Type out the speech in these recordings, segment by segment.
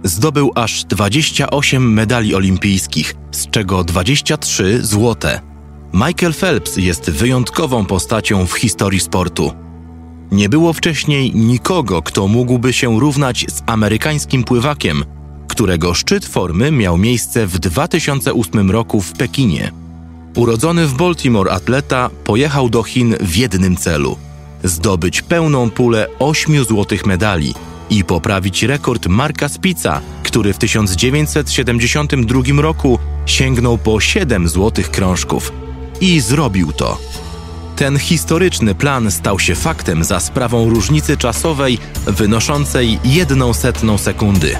Zdobył aż 28 medali olimpijskich, z czego 23 złote. Michael Phelps jest wyjątkową postacią w historii sportu. Nie było wcześniej nikogo, kto mógłby się równać z amerykańskim pływakiem, którego szczyt formy miał miejsce w 2008 roku w Pekinie. Urodzony w Baltimore atleta pojechał do Chin w jednym celu – zdobyć pełną pulę 8 złotych medali i poprawić rekord Marka Spitza, który w 1972 roku sięgnął po 7 złotych krążków. I zrobił to. Ten historyczny plan stał się faktem za sprawą różnicy czasowej wynoszącej 0,01 sekundy.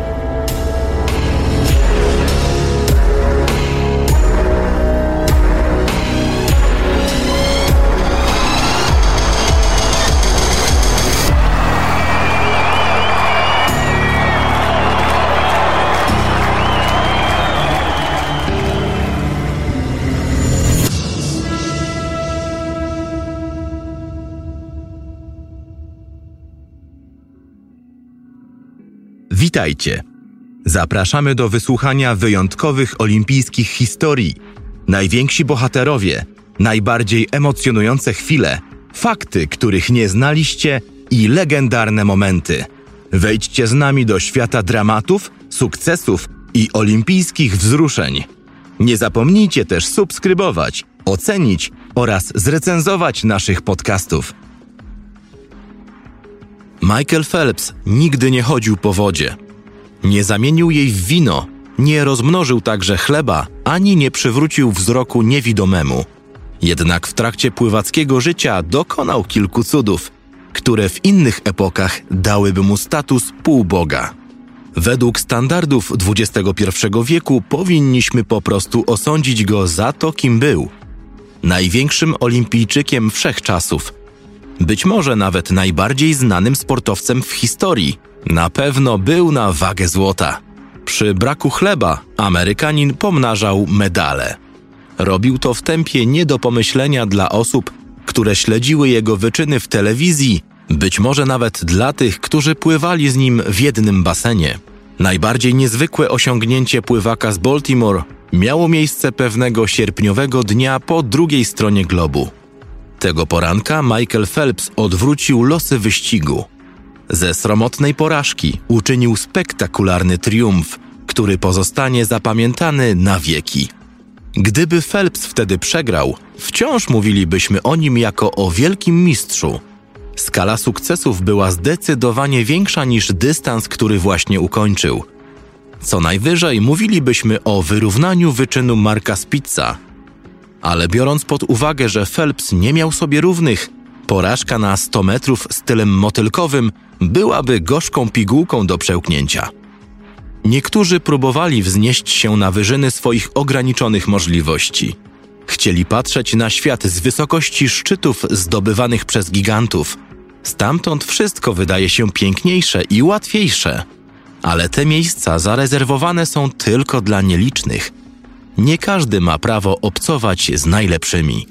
Witajcie! Zapraszamy do wysłuchania wyjątkowych olimpijskich historii. Najwięksi bohaterowie, najbardziej emocjonujące chwile, fakty, których nie znaliście i legendarne momenty. Wejdźcie z nami do świata dramatów, sukcesów i olimpijskich wzruszeń. Nie zapomnijcie też subskrybować, ocenić oraz zrecenzować naszych podcastów. Michael Phelps nigdy nie chodził po wodzie. Nie zamienił jej w wino, nie rozmnożył także chleba, ani nie przywrócił wzroku niewidomemu. Jednak w trakcie pływackiego życia dokonał kilku cudów, które w innych epokach dałyby mu status półboga. Według standardów XXI wieku powinniśmy po prostu osądzić go za to, kim był. Największym olimpijczykiem wszechczasów. Być może nawet najbardziej znanym sportowcem w historii. Na pewno był na wagę złota. Przy braku chleba Amerykanin pomnażał medale. Robił to w tempie nie do pomyślenia dla osób, które śledziły jego wyczyny w telewizji, być może nawet dla tych, którzy pływali z nim w jednym basenie. Najbardziej niezwykłe osiągnięcie pływaka z Baltimore miało miejsce pewnego sierpniowego dnia po drugiej stronie globu. Tego poranka Michael Phelps odwrócił losy wyścigu. Ze sromotnej porażki uczynił spektakularny triumf, który pozostanie zapamiętany na wieki. Gdyby Phelps wtedy przegrał, wciąż mówilibyśmy o nim jako o wielkim mistrzu. Skala sukcesów była zdecydowanie większa niż dystans, który właśnie ukończył. Co najwyżej mówilibyśmy o wyrównaniu wyczynu Marka Spitza. Ale biorąc pod uwagę, że Phelps nie miał sobie równych, porażka na 100 metrów stylem motylkowym byłaby gorzką pigułką do przełknięcia. Niektórzy próbowali wznieść się na wyżyny swoich ograniczonych możliwości. Chcieli patrzeć na świat z wysokości szczytów zdobywanych przez gigantów. Stamtąd wszystko wydaje się piękniejsze i łatwiejsze. Ale te miejsca zarezerwowane są tylko dla nielicznych. Nie każdy ma prawo obcować z najlepszymi.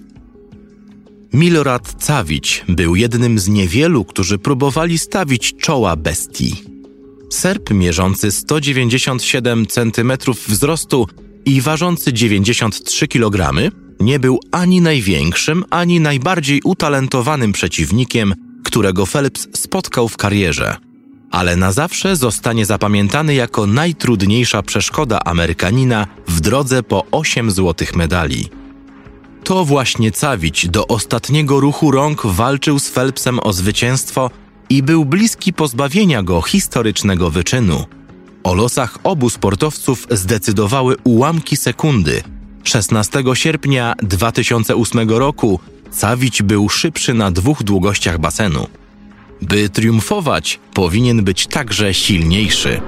Milorad Cavic był jednym z niewielu, którzy próbowali stawić czoła bestii. Serb mierzący 197 cm wzrostu i ważący 93 kg nie był ani największym, ani najbardziej utalentowanym przeciwnikiem, którego Phelps spotkał w karierze. Ale na zawsze zostanie zapamiętany jako najtrudniejsza przeszkoda Amerykanina w drodze po 8 złotych medali. To właśnie Cavic do ostatniego ruchu rąk walczył z Phelpsem o zwycięstwo i był bliski pozbawienia go historycznego wyczynu. O losach obu sportowców zdecydowały ułamki sekundy. 16 sierpnia 2008 roku Cavic był szybszy na 2 długościach basenu. By triumfować, powinien być także silniejszy.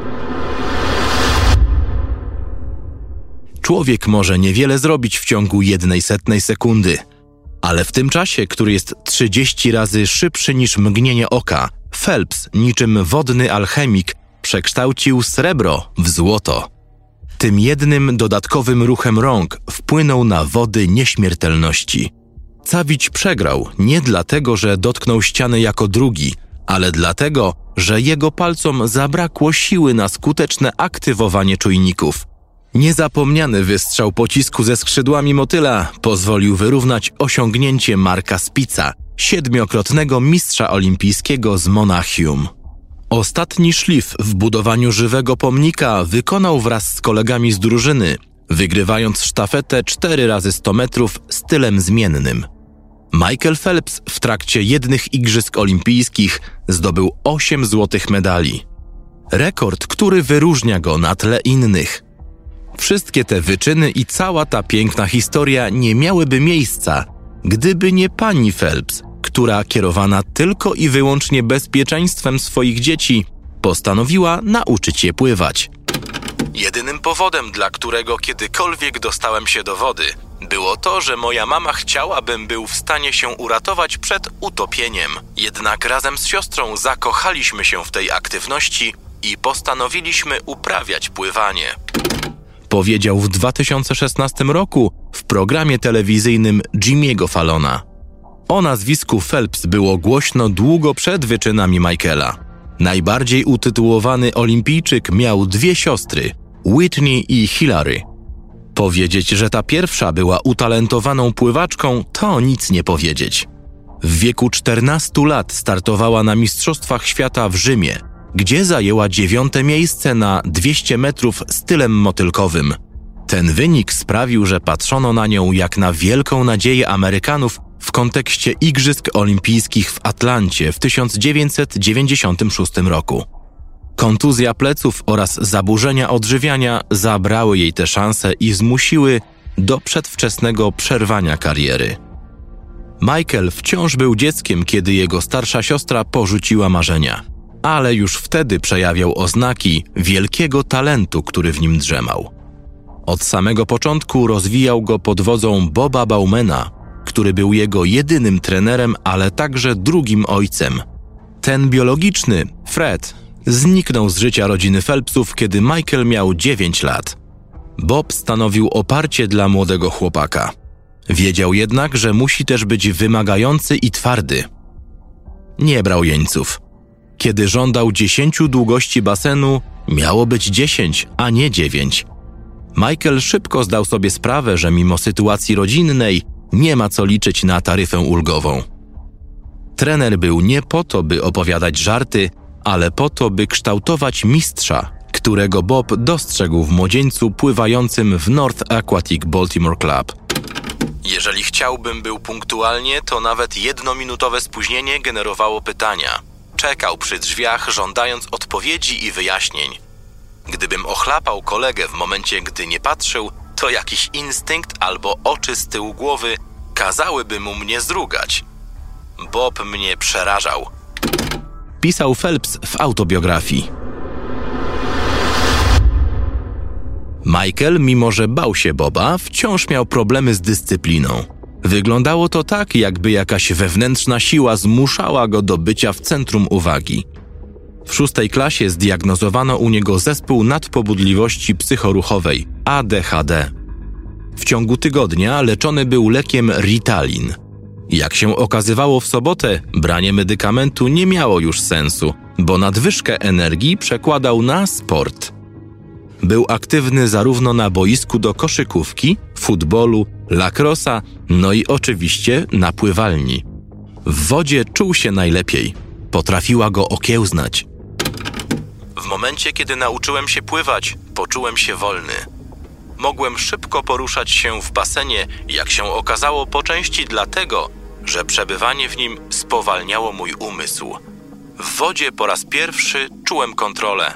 Człowiek może niewiele zrobić w ciągu 0,01 sekundy, ale w tym czasie, który jest 30 razy szybszy niż mgnienie oka, Phelps, niczym wodny alchemik, przekształcił srebro w złoto. Tym jednym dodatkowym ruchem rąk wpłynął na wody nieśmiertelności. Cavic przegrał nie dlatego, że dotknął ściany jako drugi, ale dlatego, że jego palcom zabrakło siły na skuteczne aktywowanie czujników. Niezapomniany wystrzał pocisku ze skrzydłami motyla pozwolił wyrównać osiągnięcie Marka Spitza, 7-krotnego mistrza olimpijskiego z Monachium. Ostatni szlif w budowaniu żywego pomnika wykonał wraz z kolegami z drużyny, wygrywając sztafetę 4 razy 100 metrów stylem zmiennym. Michael Phelps w trakcie jednych igrzysk olimpijskich zdobył 8 złotych medali. Rekord, który wyróżnia go na tle innych. Wszystkie te wyczyny i cała ta piękna historia nie miałyby miejsca, gdyby nie pani Phelps, która kierowana tylko i wyłącznie bezpieczeństwem swoich dzieci, postanowiła nauczyć je pływać. Jedynym powodem, dla którego kiedykolwiek dostałem się do wody, było to, że moja mama chciała, abym był w stanie się uratować przed utopieniem. Jednak razem z siostrą zakochaliśmy się w tej aktywności i postanowiliśmy uprawiać pływanie. Powiedział w 2016 roku w programie telewizyjnym Jimmy'ego Fallona. O nazwisku Phelps było głośno długo przed wyczynami Michaela. Najbardziej utytułowany olimpijczyk miał 2 siostry, Whitney i Hillary. Powiedzieć, że ta pierwsza była utalentowaną pływaczką, to nic nie powiedzieć. W wieku 14 lat startowała na Mistrzostwach Świata w Rzymie, gdzie zajęła 9. miejsce na 200 metrów stylem motylkowym. Ten wynik sprawił, że patrzono na nią jak na wielką nadzieję Amerykanów w kontekście Igrzysk Olimpijskich w Atlancie w 1996 roku. Kontuzja pleców oraz zaburzenia odżywiania zabrały jej te szanse i zmusiły do przedwczesnego przerwania kariery. Michael wciąż był dzieckiem, kiedy jego starsza siostra porzuciła marzenia, ale już wtedy przejawiał oznaki wielkiego talentu, który w nim drzemał. Od samego początku rozwijał go pod wodzą Boba Baumana, który był jego jedynym trenerem, ale także drugim ojcem. Ten biologiczny, Fred, zniknął z życia rodziny Phelpsów, kiedy Michael miał 9 lat. Bob stanowił oparcie dla młodego chłopaka. Wiedział jednak, że musi też być wymagający i twardy. Nie brał jeńców. Kiedy żądał 10 długości basenu, miało być 10, a nie 9. Michael szybko zdał sobie sprawę, że mimo sytuacji rodzinnej nie ma co liczyć na taryfę ulgową. Trener był nie po to, by opowiadać żarty, ale po to, by kształtować mistrza, którego Bob dostrzegł w młodzieńcu pływającym w North Aquatic Baltimore Club. Jeżeli chciałbym był punktualnie, to nawet 1-minutowe spóźnienie generowało pytania. Czekał przy drzwiach, żądając odpowiedzi i wyjaśnień. Gdybym ochlapał kolegę w momencie, gdy nie patrzył, to jakiś instynkt albo oczy z tyłu głowy kazałyby mu mnie zdrugać. Bob mnie przerażał. Pisał Phelps w autobiografii. Michael, mimo że bał się Boba, wciąż miał problemy z dyscypliną. Wyglądało to tak, jakby jakaś wewnętrzna siła zmuszała go do bycia w centrum uwagi. W 6. klasie zdiagnozowano u niego zespół nadpobudliwości psychoruchowej, ADHD. W ciągu tygodnia leczony był lekiem Ritalin. Jak się okazywało w sobotę, branie medykamentu nie miało już sensu, bo nadwyżkę energii przekładał na sport. Był aktywny zarówno na boisku do koszykówki, futbolu, lacrossa, no i oczywiście na pływalni. W wodzie czuł się najlepiej. Potrafiła go okiełznać. W momencie, kiedy nauczyłem się pływać, poczułem się wolny. Mogłem szybko poruszać się w basenie, jak się okazało po części dlatego, że przebywanie w nim spowalniało mój umysł. W wodzie po raz pierwszy czułem kontrolę.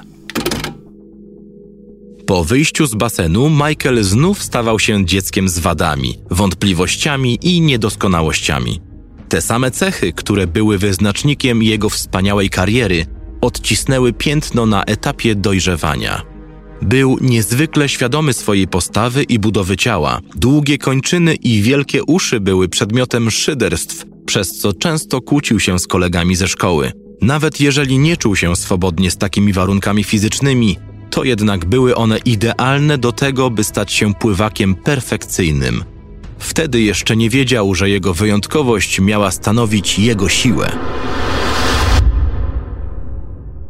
Po wyjściu z basenu Michael znów stawał się dzieckiem z wadami, wątpliwościami i niedoskonałościami. Te same cechy, które były wyznacznikiem jego wspaniałej kariery, odcisnęły piętno na etapie dojrzewania. Był niezwykle świadomy swojej postawy i budowy ciała. Długie kończyny i wielkie uszy były przedmiotem szyderstw, przez co często kłócił się z kolegami ze szkoły. Nawet jeżeli nie czuł się swobodnie z takimi warunkami fizycznymi, to jednak były one idealne do tego, by stać się pływakiem perfekcyjnym. Wtedy jeszcze nie wiedział, że jego wyjątkowość miała stanowić jego siłę.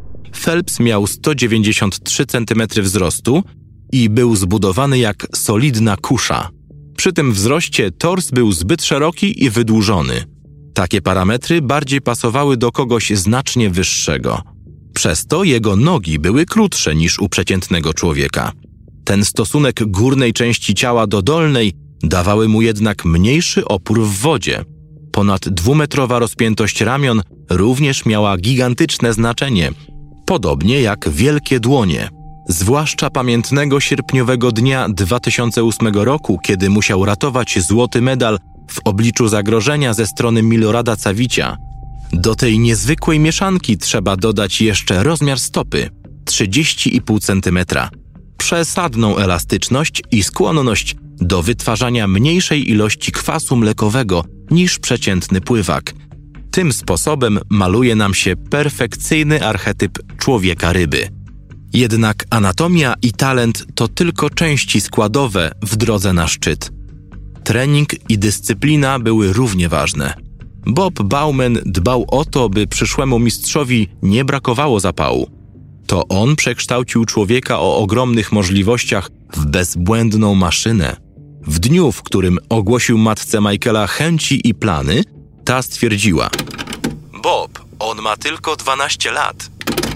Phelps miał 193 cm wzrostu i był zbudowany jak solidna kusza. Przy tym wzroście tors był zbyt szeroki i wydłużony. Takie parametry bardziej pasowały do kogoś znacznie wyższego. Przez to jego nogi były krótsze niż u przeciętnego człowieka. Ten stosunek górnej części ciała do dolnej dawały mu jednak mniejszy opór w wodzie. Ponad 2-metrowa rozpiętość ramion również miała gigantyczne znaczenie, podobnie jak wielkie dłonie. Zwłaszcza pamiętnego sierpniowego dnia 2008 roku, kiedy musiał ratować złoty medal w obliczu zagrożenia ze strony Milorada Cavicia. Do tej niezwykłej mieszanki trzeba dodać jeszcze rozmiar stopy – 30,5 cm, przesadną elastyczność i skłonność do wytwarzania mniejszej ilości kwasu mlekowego niż przeciętny pływak. Tym sposobem maluje nam się perfekcyjny archetyp człowieka-ryby. Jednak anatomia i talent to tylko części składowe w drodze na szczyt. Trening i dyscyplina były równie ważne. Bob Bowman dbał o to, by przyszłemu mistrzowi nie brakowało zapału. To on przekształcił człowieka o ogromnych możliwościach w bezbłędną maszynę. W dniu, w którym ogłosił matce Michaela chęci i plany, ta stwierdziła: Bob, on ma tylko 12 lat.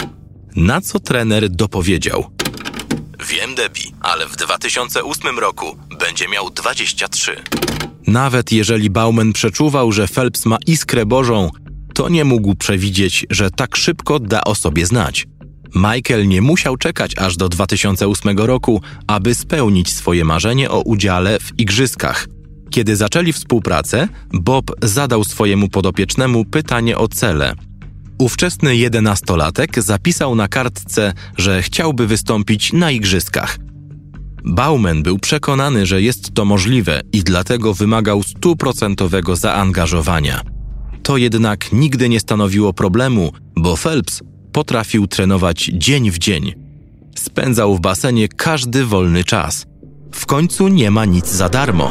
Na co trener dopowiedział: Wiem, Debbie, ale w 2008 roku będzie miał 23. Nawet jeżeli Bowman przeczuwał, że Phelps ma iskrę Bożą, to nie mógł przewidzieć, że tak szybko da o sobie znać. Michael nie musiał czekać aż do 2008 roku, aby spełnić swoje marzenie o udziale w igrzyskach. Kiedy zaczęli współpracę, Bob zadał swojemu podopiecznemu pytanie o cele. Ówczesny 11-latek zapisał na kartce, że chciałby wystąpić na igrzyskach. Bowman był przekonany, że jest to możliwe i dlatego wymagał 100% zaangażowania. To jednak nigdy nie stanowiło problemu, bo Phelps potrafił trenować dzień w dzień. Spędzał w basenie każdy wolny czas. W końcu nie ma nic za darmo.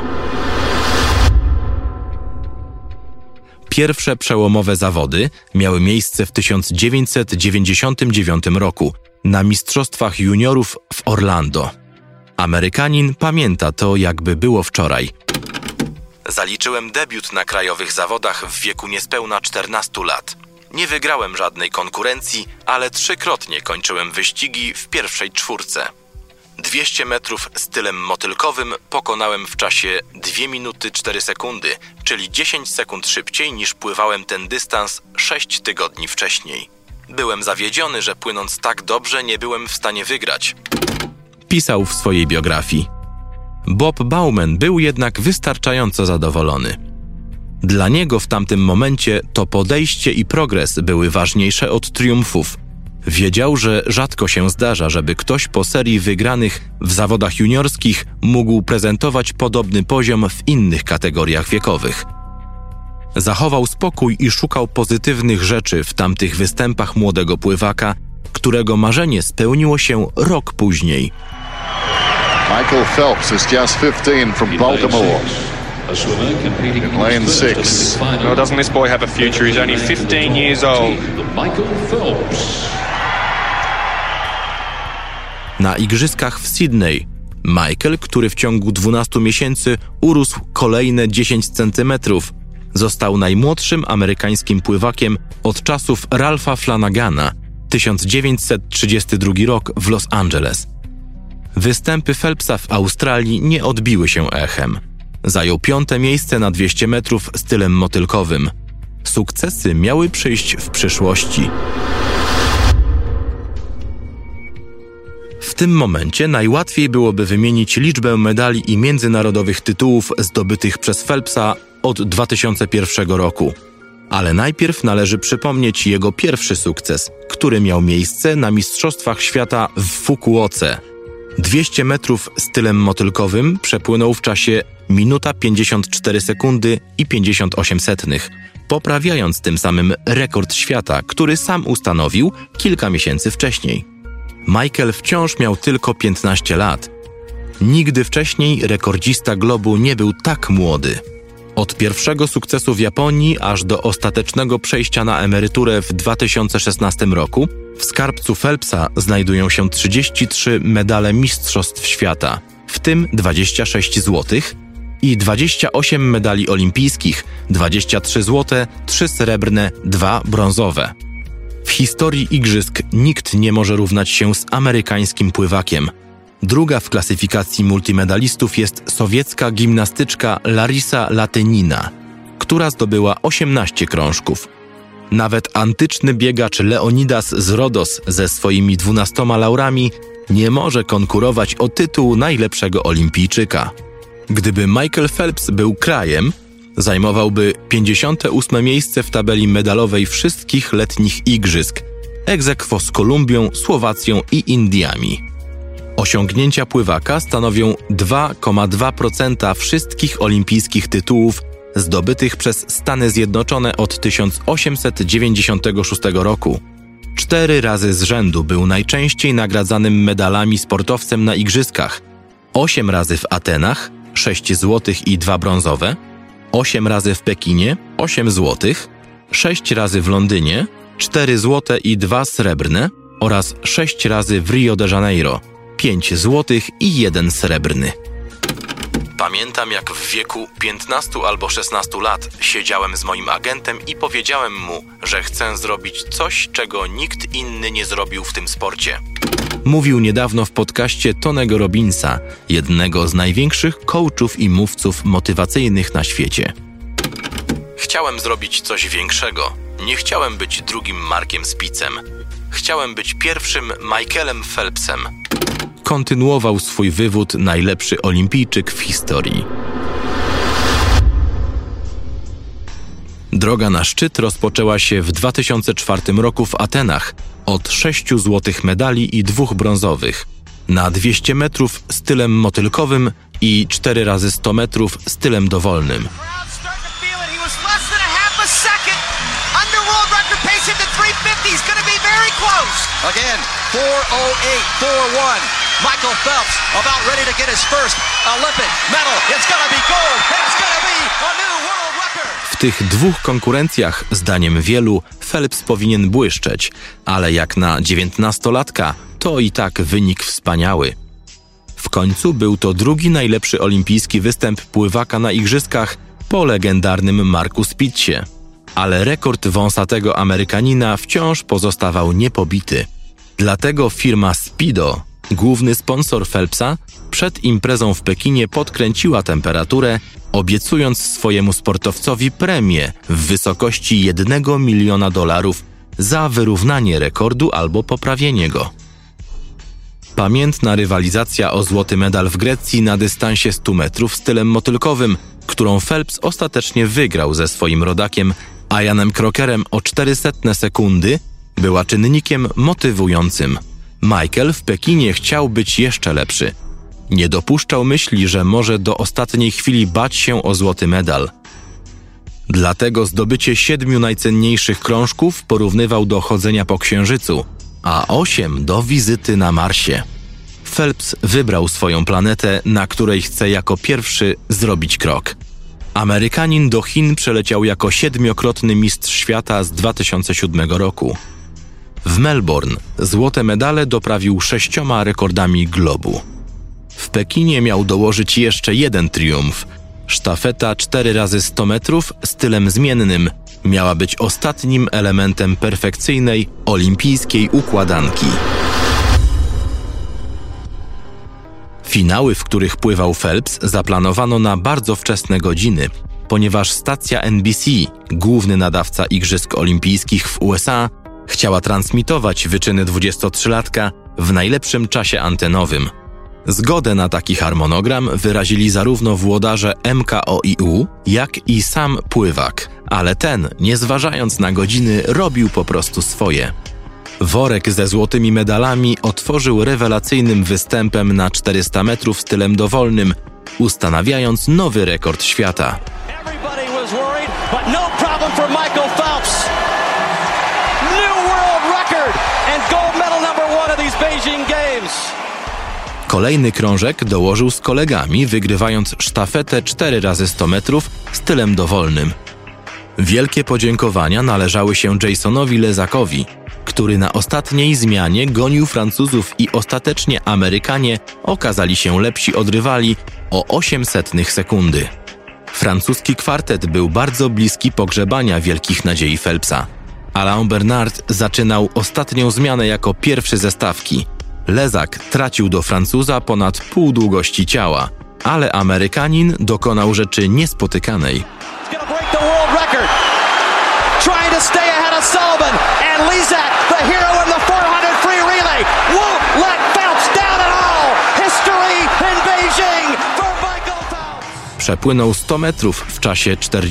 Pierwsze przełomowe zawody miały miejsce w 1999 roku na Mistrzostwach Juniorów w Orlando. Amerykanin pamięta to, jakby było wczoraj. Zaliczyłem debiut na krajowych zawodach w wieku niespełna 14 lat. Nie wygrałem żadnej konkurencji, ale 3-krotnie kończyłem wyścigi w pierwszej czwórce. 200 metrów stylem motylkowym pokonałem w czasie 2 minuty 4 sekundy, czyli 10 sekund szybciej niż pływałem ten dystans 6 tygodni wcześniej. Byłem zawiedziony, że płynąc tak dobrze nie byłem w stanie wygrać. Pisał w swojej biografii. Bob Bowman był jednak wystarczająco zadowolony. Dla niego w tamtym momencie to podejście i progres były ważniejsze od triumfów. Wiedział, że rzadko się zdarza, żeby ktoś po serii wygranych w zawodach juniorskich mógł prezentować podobny poziom w innych kategoriach wiekowych. Zachował spokój i szukał pozytywnych rzeczy w tamtych występach młodego pływaka, którego marzenie spełniło się rok później. Michael Phelps is just 15 from Baltimore. In lane 6. Well, doesn't this boy have a future? He's only 15 years old. Michael Phelps. Na igrzyskach w Sydney Michael, który w ciągu 12 miesięcy urósł kolejne 10 centymetrów, został najmłodszym amerykańskim pływakiem od czasów Ralpha Flanagana, 1932 rok w Los Angeles. Występy Phelpsa w Australii nie odbiły się echem. Zajął 5. miejsce na 200 metrów stylem motylkowym. Sukcesy miały przyjść w przyszłości. W tym momencie najłatwiej byłoby wymienić liczbę medali i międzynarodowych tytułów zdobytych przez Phelpsa od 2001 roku. Ale najpierw należy przypomnieć jego pierwszy sukces, który miał miejsce na Mistrzostwach Świata w Fukuoce. 200 metrów stylem motylkowym przepłynął w czasie minuta 54 sekundy i 58 setnych, poprawiając tym samym rekord świata, który sam ustanowił kilka miesięcy wcześniej. Michael wciąż miał tylko 15 lat. Nigdy wcześniej rekordzista globu nie był tak młody. Od pierwszego sukcesu w Japonii aż do ostatecznego przejścia na emeryturę w 2016 roku w skarbcu Phelpsa znajdują się 33 medale mistrzostw świata, w tym 26 złotych i 28 medali olimpijskich, 23 złote, 3 srebrne, 2 brązowe. W historii igrzysk nikt nie może równać się z amerykańskim pływakiem. Druga w klasyfikacji multimedalistów jest sowiecka gimnastyczka Larisa Latynina, która zdobyła 18 krążków. Nawet antyczny biegacz Leonidas z Rodos ze swoimi 12 laurami nie może konkurować o tytuł najlepszego olimpijczyka. Gdyby Michael Phelps był krajem, zajmowałby 58. miejsce w tabeli medalowej wszystkich letnich igrzysk, ex aequo z Kolumbią, Słowacją i Indiami. Osiągnięcia pływaka stanowią 2,2% wszystkich olimpijskich tytułów zdobytych przez Stany Zjednoczone od 1896 roku. 4 razy z rzędu był najczęściej nagradzanym medalami sportowcem na igrzyskach. 8 razy w Atenach, 6 złotych i 2 brązowe, 8 razy w Pekinie, 8 złotych, 6 razy w Londynie, 4 złote i 2 srebrne oraz 6 razy w Rio de Janeiro, 5 złotych i 1 srebrny. Pamiętam, jak w wieku 15 albo 16 lat siedziałem z moim agentem i powiedziałem mu, że chcę zrobić coś, czego nikt inny nie zrobił w tym sporcie. Mówił niedawno w podcaście Tonego Robbinsa, jednego z największych coachów i mówców motywacyjnych na świecie. Chciałem zrobić coś większego. Nie chciałem być drugim Markiem Spicem. Chciałem być pierwszym Michaelem Phelpsem. Kontynuował swój wywód najlepszy olimpijczyk w historii. Droga na szczyt rozpoczęła się w 2004 roku w Atenach od 6 złotych medali i 2 brązowych, na 200 metrów stylem motylkowym i 4 razy 100 metrów stylem dowolnym. Again, 4:08, 4:1. Michael Phelps about ready to get his first Olympic medal. It's gonna be gold. It's gonna be a new world record. W tych 2 konkurencjach, zdaniem wielu, Phelps powinien błyszczeć, ale jak na 19-latka, to i tak wynik wspaniały. W końcu był to drugi najlepszy olimpijski występ pływaka na igrzyskach po legendarnym Marku Spitzie. Ale rekord wąsatego Amerykanina wciąż pozostawał niepobity. Dlatego firma Speedo, główny sponsor Phelpsa, przed imprezą w Pekinie podkręciła temperaturę, obiecując swojemu sportowcowi premię w wysokości $1 miliona za wyrównanie rekordu albo poprawienie go. Pamiętna rywalizacja o złoty medal w Grecji na dystansie 100 metrów stylem motylkowym, którą Phelps ostatecznie wygrał ze swoim rodakiem Ianem Crockerem o 0,04 sekundy, była czynnikiem motywującym. Michael w Pekinie chciał być jeszcze lepszy. Nie dopuszczał myśli, że może do ostatniej chwili bać się o złoty medal. Dlatego zdobycie 7 najcenniejszych krążków porównywał do chodzenia po Księżycu, a 8 do wizyty na Marsie. Phelps wybrał swoją planetę, na której chce jako pierwszy zrobić krok. Amerykanin do Chin przeleciał jako 7-krotny mistrz świata z 2007 roku. W Melbourne złote medale doprawił 6 rekordami globu. W Pekinie miał dołożyć jeszcze jeden triumf. Sztafeta 4 razy 100 metrów stylem zmiennym miała być ostatnim elementem perfekcyjnej olimpijskiej układanki. Finały, w których pływał Phelps, zaplanowano na bardzo wczesne godziny, ponieważ stacja NBC, główny nadawca Igrzysk Olimpijskich w USA, chciała transmitować wyczyny 23-latka w najlepszym czasie antenowym. Zgodę na taki harmonogram wyrazili zarówno włodarze MKOIU, jak i sam pływak, ale ten, nie zważając na godziny, robił po prostu swoje. Worek ze złotymi medalami otworzył rewelacyjnym występem na 400 metrów stylem dowolnym, ustanawiając nowy rekord świata. Kolejny krążek dołożył z kolegami, wygrywając sztafetę 4x100 metrów stylem dowolnym. Wielkie podziękowania należały się Jasonowi Lezakowi, który na ostatniej zmianie gonił Francuzów i ostatecznie Amerykanie okazali się lepsi od rywali o 0,08 sekundy. Francuski kwartet był bardzo bliski pogrzebania wielkich nadziei Phelpsa. Alain Bernard zaczynał ostatnią zmianę jako pierwszy ze stawki. Lezak tracił do Francuza ponad pół długości ciała, ale Amerykanin dokonał rzeczy niespotykanej. Przepłynął 100 metrów w czasie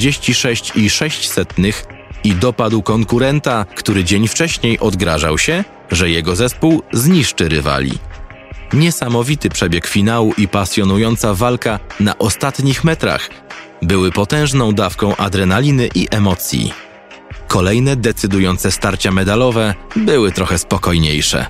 46,06 i dopadł konkurenta, który dzień wcześniej odgrażał się, że jego zespół zniszczy rywali. Niesamowity przebieg finału i pasjonująca walka na ostatnich metrach były potężną dawką adrenaliny i emocji. Kolejne decydujące starcia medalowe były trochę spokojniejsze.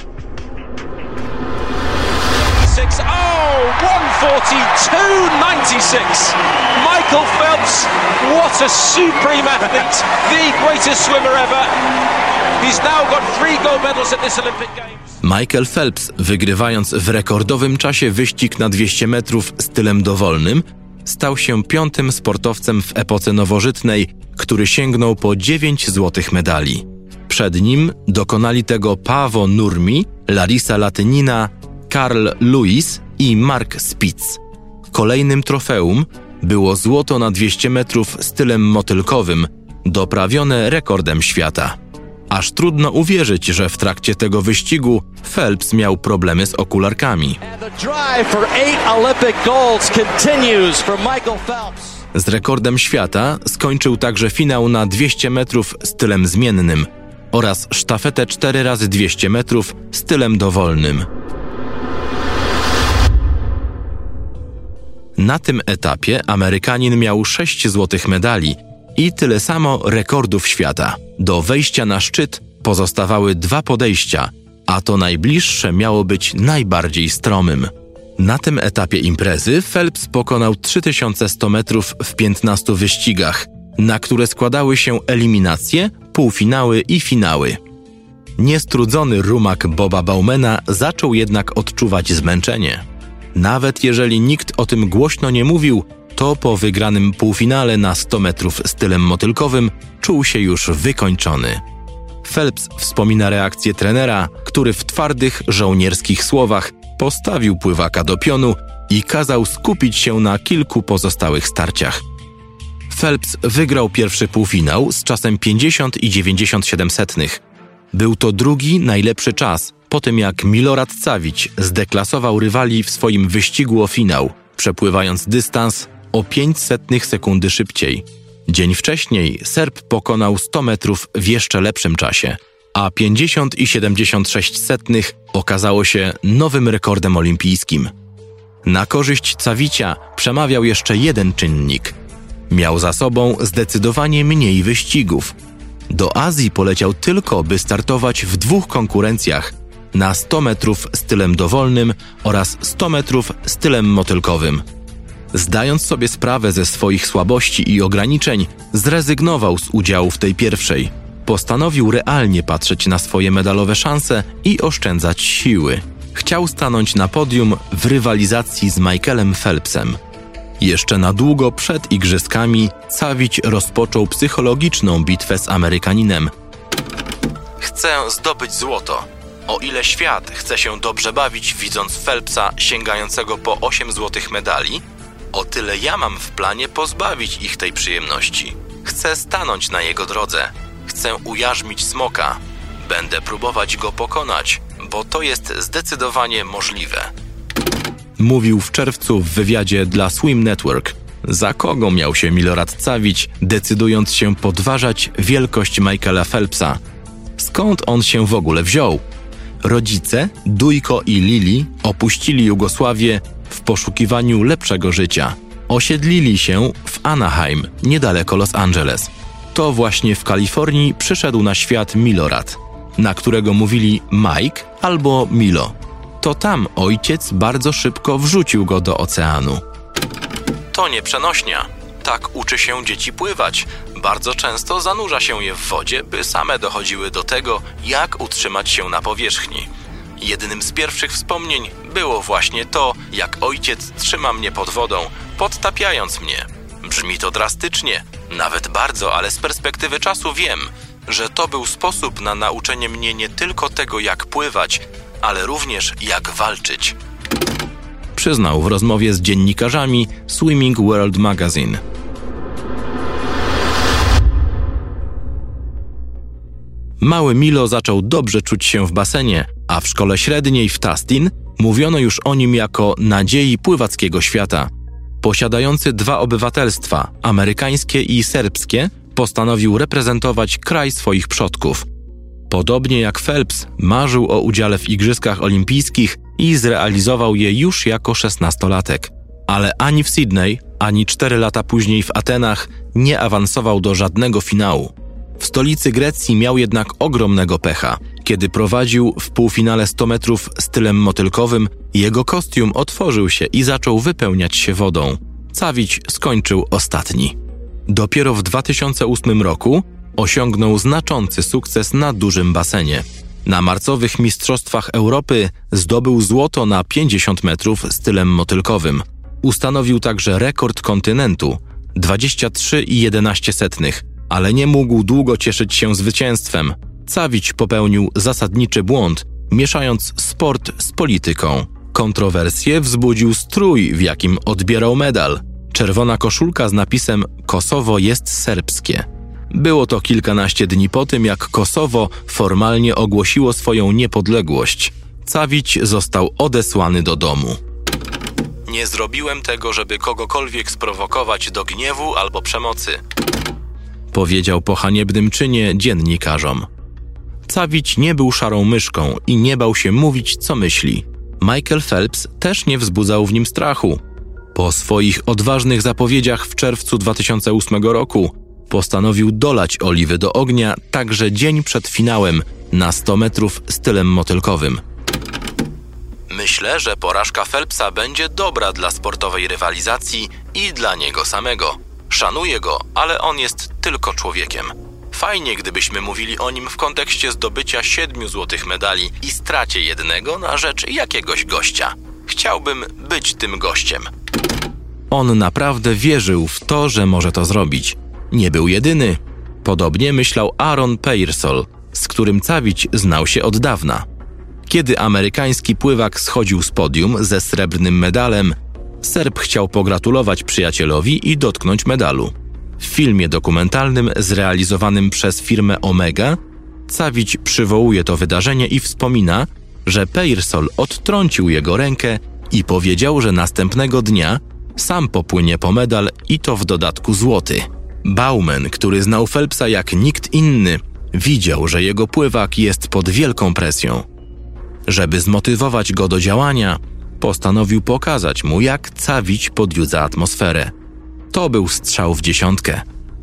1:42.96. Michael Phelps, what a supreme athlete, the greatest swimmer ever. He's now got 3 gold medals at this Olympic Games. Michael Phelps, wygrywając w rekordowym czasie wyścig na 200 metrów stylem dowolnym, stał się 5. sportowcem w epoce nowożytnej, który sięgnął po 9 złotych medali. Przed nim dokonali tego Paavo Nurmi, Larisa Latynina, Carl Lewis i Mark Spitz. Kolejnym trofeum było złoto na 200 metrów stylem motylkowym, doprawione rekordem świata. Aż trudno uwierzyć, że w trakcie tego wyścigu Phelps miał problemy z okularkami. Z rekordem świata skończył także finał na 200 metrów stylem zmiennym oraz sztafetę 4x200 metrów stylem dowolnym. Na tym etapie Amerykanin miał 6 złotych medali i tyle samo rekordów świata. Do wejścia na szczyt pozostawały 2 podejścia, a to najbliższe miało być najbardziej stromym. Na tym etapie imprezy Phelps pokonał 3100 metrów w 15 wyścigach, na które składały się eliminacje, półfinały i finały. Niestrudzony rumak Boba Baumana zaczął jednak odczuwać zmęczenie. Nawet jeżeli nikt o tym głośno nie mówił, to po wygranym półfinale na 100 metrów stylem motylkowym czuł się już wykończony. Phelps wspomina reakcję trenera, który w twardych, żołnierskich słowach postawił pływaka do pionu i kazał skupić się na kilku pozostałych starciach. Phelps wygrał pierwszy półfinał z czasem 50,97. Był to drugi najlepszy czas, po tym jak Milorad Savić zdeklasował rywali w swoim wyścigu o finał, przepływając dystans o 0,05 sekundy szybciej. Dzień wcześniej Serb pokonał 100 metrów w jeszcze lepszym czasie, a 50,76 okazało się nowym rekordem olimpijskim. Na korzyść Savicia przemawiał jeszcze jeden czynnik. Miał za sobą zdecydowanie mniej wyścigów. Do Azji poleciał tylko, by startować w 2 konkurencjach na 100 metrów stylem dowolnym oraz 100 metrów stylem motylkowym. Zdając sobie sprawę ze swoich słabości i ograniczeń, zrezygnował z udziału w tej pierwszej. Postanowił realnie patrzeć na swoje medalowe szanse i oszczędzać siły. Chciał stanąć na podium w rywalizacji z Michaelem Phelpsem. Jeszcze na długo przed igrzyskami Savić rozpoczął psychologiczną bitwę z Amerykaninem. Chcę zdobyć złoto. O ile świat chce się dobrze bawić, widząc Phelpsa sięgającego po 8 złotych medali, o tyle ja mam w planie pozbawić ich tej przyjemności. Chcę stanąć na jego drodze. Chcę ujarzmić smoka. Będę próbować go pokonać, bo to jest zdecydowanie możliwe. Mówił w czerwcu w wywiadzie dla Swim Network. Za kogo miał się Milorad Savić, decydując się podważać wielkość Michaela Phelpsa? Skąd on się w ogóle wziął? Rodzice, Dujko i Lili, opuścili Jugosławię w poszukiwaniu lepszego życia. Osiedlili się w Anaheim, niedaleko Los Angeles. To właśnie w Kalifornii przyszedł na świat Milorad, na którego mówili Mike albo Milo. to tam ojciec bardzo szybko wrzucił go do oceanu. To nie przenośnia. Tak uczy się dzieci pływać. Bardzo często zanurza się je w wodzie, by same dochodziły do tego, jak utrzymać się na powierzchni. Jednym z pierwszych wspomnień było właśnie to, jak ojciec trzyma mnie pod wodą, podtapiając mnie. Brzmi to drastycznie, nawet bardzo, ale z perspektywy czasu wiem, że to był sposób na nauczenie mnie nie tylko tego, jak pływać, ale również jak walczyć. Przyznał w rozmowie z dziennikarzami Swimming World Magazine. Mały Milo zaczął dobrze czuć się w basenie, a w szkole średniej w Tustin mówiono już o nim jako nadziei pływackiego świata. Posiadający 2 obywatelstwa, amerykańskie i serbskie, postanowił reprezentować kraj swoich przodków. Podobnie jak Phelps, marzył o udziale w Igrzyskach Olimpijskich i zrealizował je już jako 16-latek. Ale ani w Sydney, ani 4 lata później w Atenach nie awansował do żadnego finału. W stolicy Grecji miał jednak ogromnego pecha. Kiedy prowadził w półfinale 100 metrów stylem motylkowym, jego kostium otworzył się i zaczął wypełniać się wodą. Cavić skończył ostatni. Dopiero w 2008 roku osiągnął znaczący sukces na dużym basenie. Na marcowych Mistrzostwach Europy zdobył złoto na 50 metrów stylem motylkowym. Ustanowił także rekord kontynentu 23,11, ale nie mógł długo cieszyć się zwycięstwem. Cavić popełnił zasadniczy błąd, mieszając sport z polityką. Kontrowersję wzbudził strój, w jakim odbierał medal. Czerwona koszulka z napisem „Kosowo jest serbskie”. Było to kilkanaście dni po tym, jak Kosowo formalnie ogłosiło swoją niepodległość. Cavić został odesłany do domu. Nie zrobiłem tego, żeby kogokolwiek sprowokować do gniewu albo przemocy, powiedział po haniebnym czynie dziennikarzom. Cavić nie był szarą myszką i nie bał się mówić, co myśli. Michael Phelps też nie wzbudzał w nim strachu. Po swoich odważnych zapowiedziach w czerwcu 2008 roku postanowił dolać oliwy do ognia także dzień przed finałem na 100 metrów stylem motylkowym. Myślę, że porażka Phelpsa będzie dobra dla sportowej rywalizacji i dla niego samego. Szanuję go, ale on jest tylko człowiekiem. Fajnie, gdybyśmy mówili o nim w kontekście zdobycia 7 złotych medali i stracie jednego na rzecz jakiegoś gościa. Chciałbym być tym gościem. On naprawdę wierzył w to, że może to zrobić. Nie był jedyny. Podobnie myślał Aaron Peirsol, z którym Cavić znał się od dawna. Kiedy amerykański pływak schodził z podium ze srebrnym medalem, Serb chciał pogratulować przyjacielowi i dotknąć medalu. W filmie dokumentalnym zrealizowanym przez firmę Omega Cavić przywołuje to wydarzenie i wspomina, że Peirsol odtrącił jego rękę i powiedział, że następnego dnia sam popłynie po medal i to w dodatku złoty. Bauman, który znał Phelpsa jak nikt inny, widział, że jego pływak jest pod wielką presją. Żeby zmotywować go do działania, postanowił pokazać mu, jak Cavić podjudza atmosferę. To był strzał w dziesiątkę.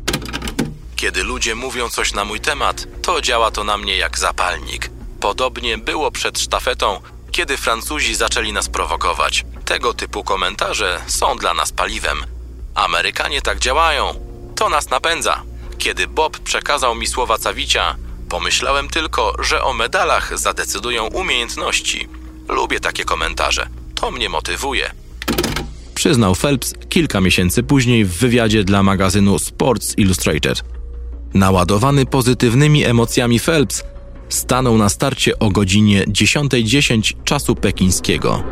Kiedy ludzie mówią coś na mój temat, to działa to na mnie jak zapalnik. Podobnie było przed sztafetą, kiedy Francuzi zaczęli nas prowokować. Tego typu komentarze są dla nas paliwem. Amerykanie tak działają. To nas napędza. Kiedy Bob przekazał mi słowa Cavicia, pomyślałem tylko, że o medalach zadecydują umiejętności. Lubię takie komentarze. To mnie motywuje. Przyznał Phelps kilka miesięcy później w wywiadzie dla magazynu Sports Illustrated. Naładowany pozytywnymi emocjami Phelps stanął na starcie o godzinie 10:10 czasu pekińskiego.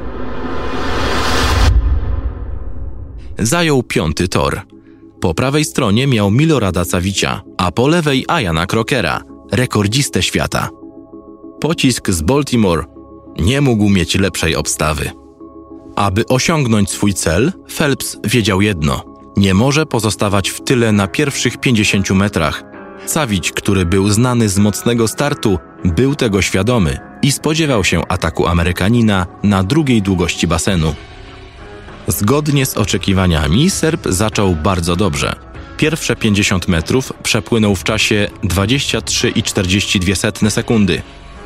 Zajął 5. tor. Po prawej stronie miał Milorada Cavicia, a po lewej Iana Crockera, rekordzistę świata. Pocisk z Baltimore nie mógł mieć lepszej obstawy. Aby osiągnąć swój cel, Phelps wiedział jedno: nie może pozostawać w tyle na pierwszych 50 metrach. Cavić, który był znany z mocnego startu, był tego świadomy i spodziewał się ataku Amerykanina na drugiej długości basenu. Zgodnie z oczekiwaniami Serb zaczął bardzo dobrze. Pierwsze 50 metrów przepłynął w czasie 23,42 sekundy.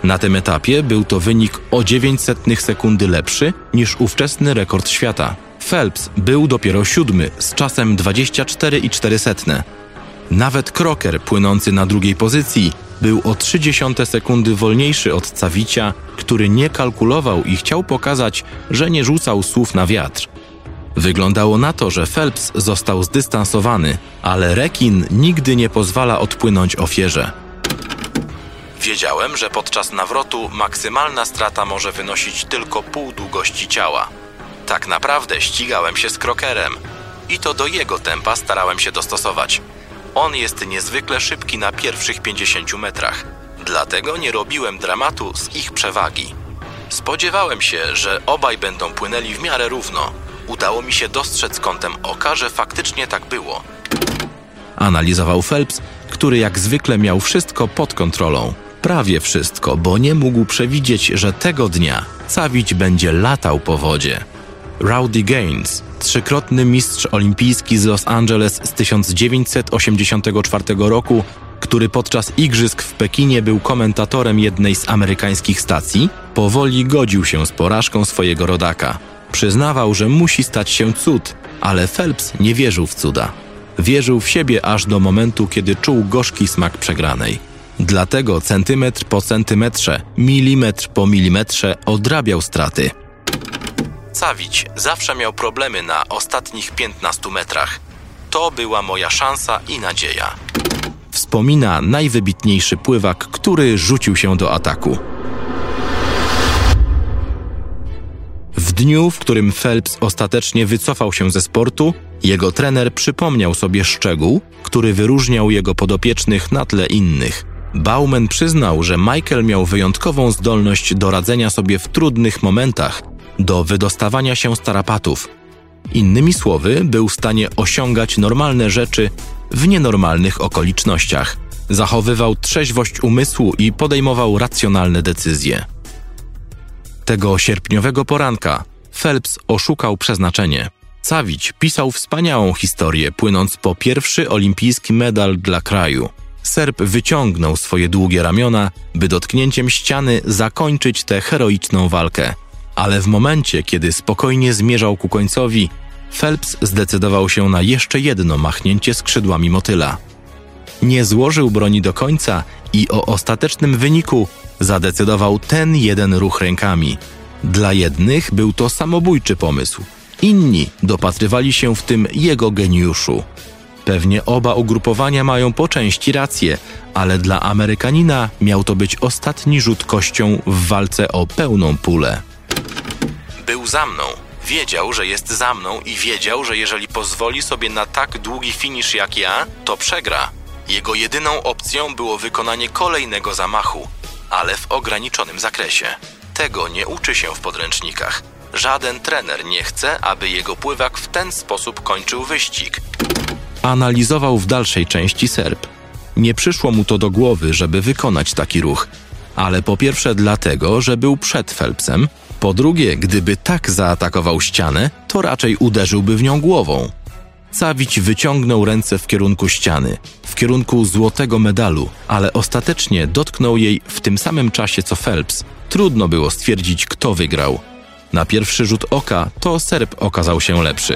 Na tym etapie był to wynik o 900 sekundy lepszy niż ówczesny rekord świata. Phelps był dopiero 7 z czasem 24,04. Nawet Crocker, płynący na drugiej pozycji, był o 0,3 sekundy wolniejszy od Savicia, który nie kalkulował i chciał pokazać, że nie rzucał słów na wiatr. Wyglądało na to, że Phelps został zdystansowany, ale rekin nigdy nie pozwala odpłynąć ofierze. Wiedziałem, że podczas nawrotu maksymalna strata może wynosić tylko pół długości ciała. Tak naprawdę ścigałem się z Crockerem i to do jego tempa starałem się dostosować. On jest niezwykle szybki na pierwszych 50 metrach, dlatego nie robiłem dramatu z ich przewagi. Spodziewałem się, że obaj będą płynęli w miarę równo. Udało mi się dostrzec kątem oka, że faktycznie tak było. Analizował Phelps, który jak zwykle miał wszystko pod kontrolą. Prawie wszystko, bo nie mógł przewidzieć, że tego dnia Savić będzie latał po wodzie. Rowdy Gaines, trzykrotny mistrz olimpijski z Los Angeles z 1984 roku, który podczas igrzysk w Pekinie był komentatorem jednej z amerykańskich stacji, powoli godził się z porażką swojego rodaka. Przyznawał, że musi stać się cud, ale Phelps nie wierzył w cuda. Wierzył w siebie aż do momentu, kiedy czuł gorzki smak przegranej. Dlatego centymetr po centymetrze, milimetr po milimetrze odrabiał straty. Savić zawsze miał problemy na ostatnich 15 metrach. To była moja szansa i nadzieja. Wspomina najwybitniejszy pływak, który rzucił się do ataku. W dniu, w którym Phelps ostatecznie wycofał się ze sportu, jego trener przypomniał sobie szczegół, który wyróżniał jego podopiecznych na tle innych. Bowman przyznał, że Michael miał wyjątkową zdolność do radzenia sobie w trudnych momentach, do wydostawania się z tarapatów. Innymi słowy, był w stanie osiągać normalne rzeczy w nienormalnych okolicznościach. Zachowywał trzeźwość umysłu i podejmował racjonalne decyzje. Tego sierpniowego poranka Phelps oszukał przeznaczenie. Savić pisał wspaniałą historię, płynąc po pierwszy olimpijski medal dla kraju. Serb wyciągnął swoje długie ramiona, by dotknięciem ściany zakończyć tę heroiczną walkę. Ale w momencie, kiedy spokojnie zmierzał ku końcowi, Phelps zdecydował się na jeszcze jedno machnięcie skrzydłami motyla. Nie złożył broni do końca i o ostatecznym wyniku zadecydował ten jeden ruch rękami. Dla jednych był to samobójczy pomysł, inni dopatrywali się w tym jego geniuszu. Pewnie oba ugrupowania mają po części rację, ale dla Amerykanina miał to być ostatni rzut kością w walce o pełną pulę. Był za mną. Wiedział, że jest za mną i wiedział, że jeżeli pozwoli sobie na tak długi finisz jak ja, to przegra. Jego jedyną opcją było wykonanie kolejnego zamachu, ale w ograniczonym zakresie. Tego nie uczy się w podręcznikach. Żaden trener nie chce, aby jego pływak w ten sposób kończył wyścig. Analizował w dalszej części Serb. Nie przyszło mu to do głowy, żeby wykonać taki ruch, ale po pierwsze dlatego, że był przed Phelpsem, po drugie, gdyby tak zaatakował ścianę, to raczej uderzyłby w nią głową. Savić wyciągnął ręce w kierunku ściany, w kierunku złotego medalu, ale ostatecznie dotknął jej w tym samym czasie co Phelps. Trudno było stwierdzić, kto wygrał. Na pierwszy rzut oka to Serb okazał się lepszy.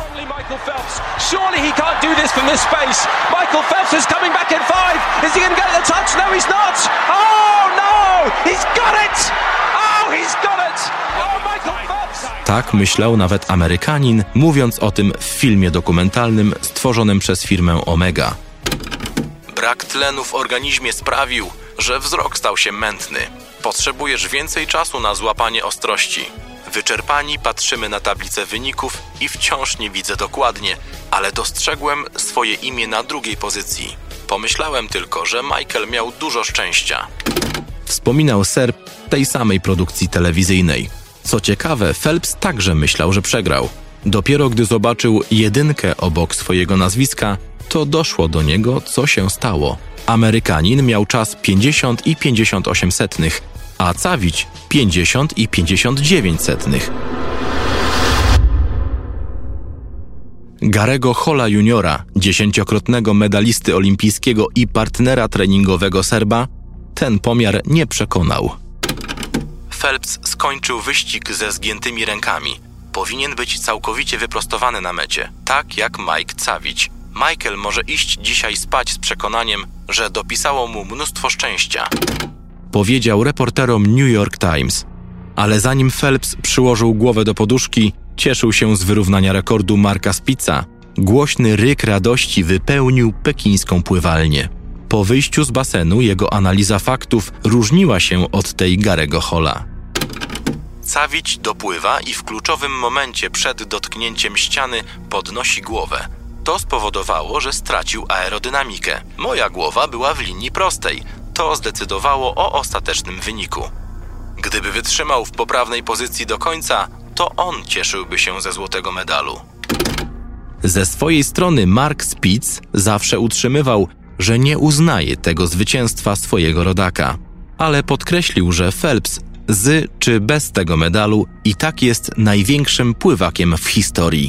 Surely he can't do this from this space. Michael Phelps is coming back in 5. Is he going to get the touch? No, he's not. Oh, no! He's got it! Oh, he's got it! Oh, Michael Phelps! Tak myślał nawet Amerykanin, mówiąc o tym w filmie dokumentalnym stworzonym przez firmę Omega. Brak tlenu w organizmie sprawił, że wzrok stał się mętny. Potrzebujesz więcej czasu na złapanie ostrości. Wyczerpani patrzymy na tablicę wyników i wciąż nie widzę dokładnie, ale dostrzegłem swoje imię na drugiej pozycji. Pomyślałem tylko, że Michael miał dużo szczęścia. Wspominał Serb tej samej produkcji telewizyjnej. Co ciekawe, Phelps także myślał, że przegrał. Dopiero gdy zobaczył 1 obok swojego nazwiska, to doszło do niego, co się stało. Amerykanin miał czas 50 i 58 setnych, a Savić 50 i 59 setnych. Garego Hola Juniora, 10-krotnego medalisty olimpijskiego i partnera treningowego Serba, ten pomiar nie przekonał. Phelps skończył wyścig ze zgiętymi rękami. Powinien być całkowicie wyprostowany na mecie, tak jak Mike Cavić. Michael może iść dzisiaj spać z przekonaniem, że dopisało mu mnóstwo szczęścia, powiedział reporterom New York Times. Ale zanim Phelps przyłożył głowę do poduszki, cieszył się z wyrównania rekordu Marka Spitza. Głośny ryk radości wypełnił pekińską pływalnię. Po wyjściu z basenu jego analiza faktów różniła się od tej Garego Halla. Cavić dopływa i w kluczowym momencie przed dotknięciem ściany podnosi głowę. To spowodowało, że stracił aerodynamikę. Moja głowa była w linii prostej. To zdecydowało o ostatecznym wyniku. Gdyby wytrzymał w poprawnej pozycji do końca, to on cieszyłby się ze złotego medalu. Ze swojej strony Mark Spitz zawsze utrzymywał, że nie uznaje tego zwycięstwa swojego rodaka, ale podkreślił, że Phelps z czy bez tego medalu i tak jest największym pływakiem w historii.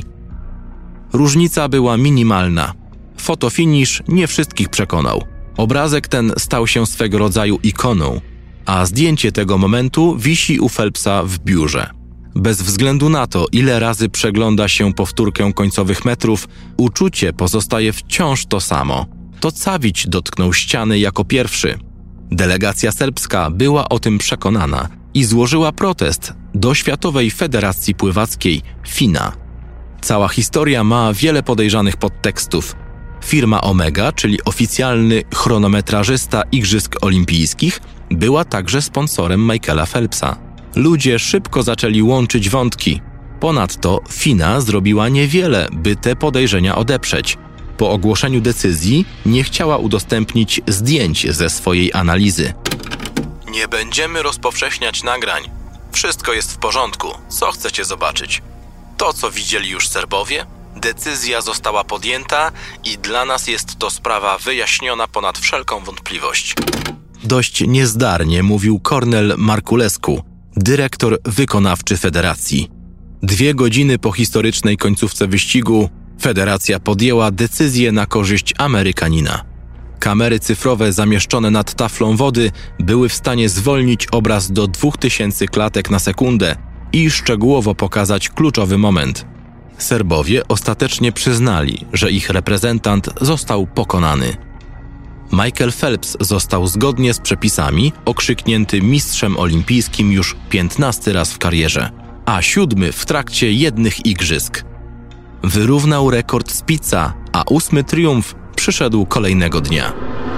Różnica była minimalna. Fotofinisz nie wszystkich przekonał. Obrazek ten stał się swego rodzaju ikoną, a zdjęcie tego momentu wisi u Phelpsa w biurze. Bez względu na to, ile razy przegląda się powtórkę końcowych metrów, uczucie pozostaje wciąż to samo. To Cavić dotknął ściany jako pierwszy. Delegacja serbska była o tym przekonana i złożyła protest do Światowej Federacji Pływackiej FINA. Cała historia ma wiele podejrzanych podtekstów. Firma Omega, czyli oficjalny chronometrażysta Igrzysk Olimpijskich, była także sponsorem Michaela Phelpsa. Ludzie szybko zaczęli łączyć wątki. Ponadto FINA zrobiła niewiele, by te podejrzenia odeprzeć. Po ogłoszeniu decyzji nie chciała udostępnić zdjęć ze swojej analizy. Nie będziemy rozpowszechniać nagrań. Wszystko jest w porządku. Co chcecie zobaczyć? To, co widzieli już Serbowie? Decyzja została podjęta i dla nas jest to sprawa wyjaśniona ponad wszelką wątpliwość. Dość niezdarnie mówił Kornel Marculescu, dyrektor wykonawczy federacji. 2 godziny po historycznej końcówce wyścigu federacja podjęła decyzję na korzyść Amerykanina. Kamery cyfrowe zamieszczone nad taflą wody były w stanie zwolnić obraz do 2000 klatek na sekundę i szczegółowo pokazać kluczowy moment. Serbowie ostatecznie przyznali, że ich reprezentant został pokonany. Michael Phelps został zgodnie z przepisami okrzyknięty mistrzem olimpijskim już 15 raz w karierze, a 7 w trakcie jednych igrzysk. Wyrównał rekord Spitza, a 8 triumf przyszedł kolejnego dnia.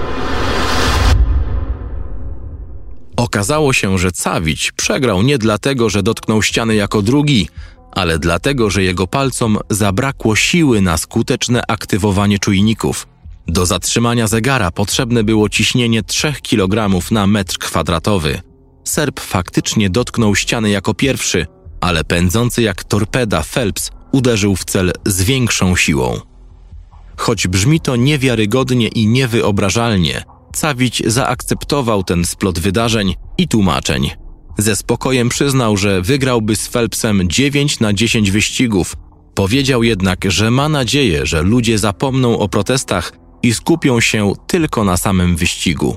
Okazało się, że Cavić przegrał nie dlatego, że dotknął ściany jako drugi, ale dlatego, że jego palcom zabrakło siły na skuteczne aktywowanie czujników. Do zatrzymania zegara potrzebne było ciśnienie 3 kg na metr kwadratowy. Serb faktycznie dotknął ściany jako pierwszy, ale pędzący jak torpeda Phelps uderzył w cel z większą siłą. Choć brzmi to niewiarygodnie i niewyobrażalnie, Cavić zaakceptował ten splot wydarzeń i tłumaczeń. Ze spokojem przyznał, że wygrałby z Phelpsem 9 na 10 wyścigów. Powiedział jednak, że ma nadzieję, że ludzie zapomną o protestach i skupią się tylko na samym wyścigu.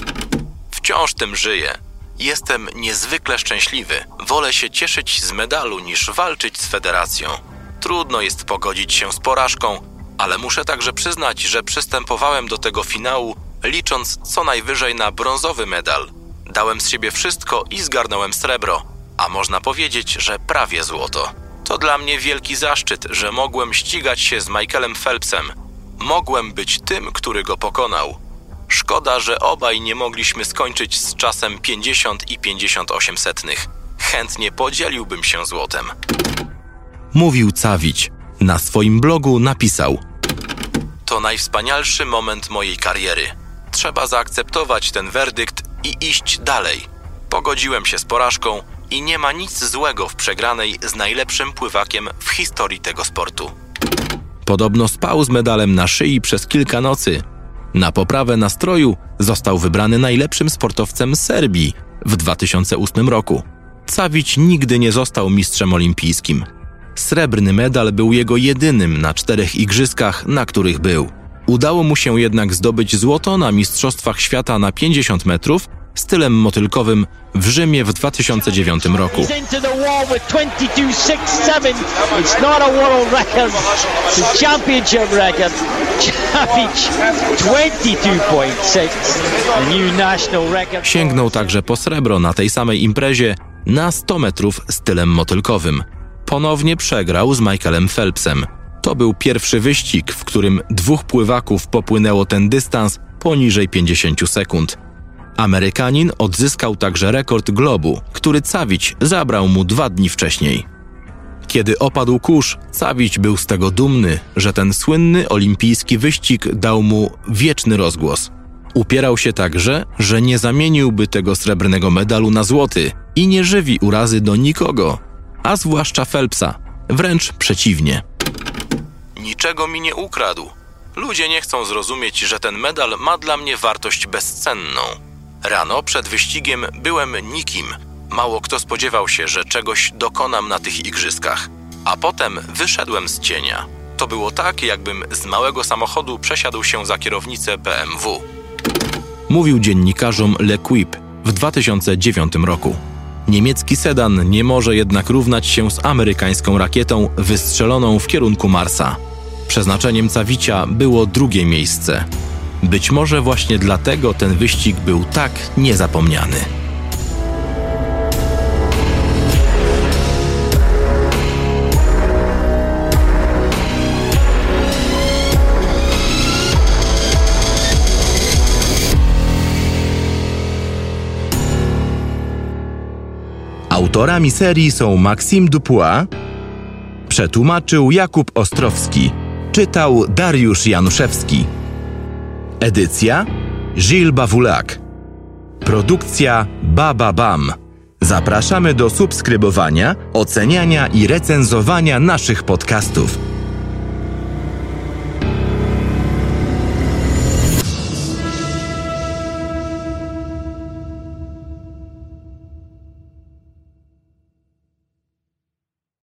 Wciąż tym żyję. Jestem niezwykle szczęśliwy. Wolę się cieszyć z medalu niż walczyć z federacją. Trudno jest pogodzić się z porażką, ale muszę także przyznać, że przystępowałem do tego finału, licząc co najwyżej na brązowy medal. Dałem z siebie wszystko i zgarnąłem srebro, a można powiedzieć, że prawie złoto. To dla mnie wielki zaszczyt, że mogłem ścigać się z Michaelem Phelpsem. Mogłem być tym, który go pokonał. Szkoda, że obaj nie mogliśmy skończyć z czasem 50 i 58 setnych. Chętnie podzieliłbym się złotem. Mówił Cavić. Na swoim blogu napisał: to najwspanialszy moment mojej kariery. Trzeba zaakceptować ten werdykt i iść dalej. Pogodziłem się z porażką i nie ma nic złego w przegranej z najlepszym pływakiem w historii tego sportu. Podobno spał z medalem na szyi przez kilka nocy. Na poprawę nastroju został wybrany najlepszym sportowcem Serbii w 2008 roku. Cavić nigdy nie został mistrzem olimpijskim. Srebrny medal był jego jedynym na 4 igrzyskach, na których był. Udało mu się jednak zdobyć złoto na Mistrzostwach Świata na 50 metrów, stylem motylkowym w Rzymie w 2009 roku. Sięgnął także po srebro na tej samej imprezie na 100 metrów stylem motylkowym. Ponownie przegrał z Michaelem Phelpsem. To był pierwszy wyścig, w którym 2 pływaków popłynęło ten dystans poniżej 50 sekund. Amerykanin odzyskał także rekord globu, który Cavić zabrał mu 2 dni wcześniej. Kiedy opadł kurz, Cavić był z tego dumny, że ten słynny olimpijski wyścig dał mu wieczny rozgłos. Upierał się także, że nie zamieniłby tego srebrnego medalu na złoty i nie żywi urazy do nikogo, a zwłaszcza Phelpsa, wręcz przeciwnie. Niczego mi nie ukradł. Ludzie nie chcą zrozumieć, że ten medal ma dla mnie wartość bezcenną. Rano przed wyścigiem byłem nikim. Mało kto spodziewał się, że czegoś dokonam na tych igrzyskach. A potem wyszedłem z cienia. To było tak, jakbym z małego samochodu przesiadł się za kierownicę BMW. Mówił dziennikarzom L'Equipe w 2009 roku. Niemiecki sedan nie może jednak równać się z amerykańską rakietą wystrzeloną w kierunku Marsa. Przeznaczeniem Cavicia było drugie miejsce. Być może właśnie dlatego ten wyścig był tak niezapomniany. Autorami serii są Maxime Dupuis, przetłumaczył Jakub Ostrowski, czytał Dariusz Januszewski. Edycja Gilles Bawulak. Produkcja Baba Bam. Zapraszamy do subskrybowania, oceniania i recenzowania naszych podcastów.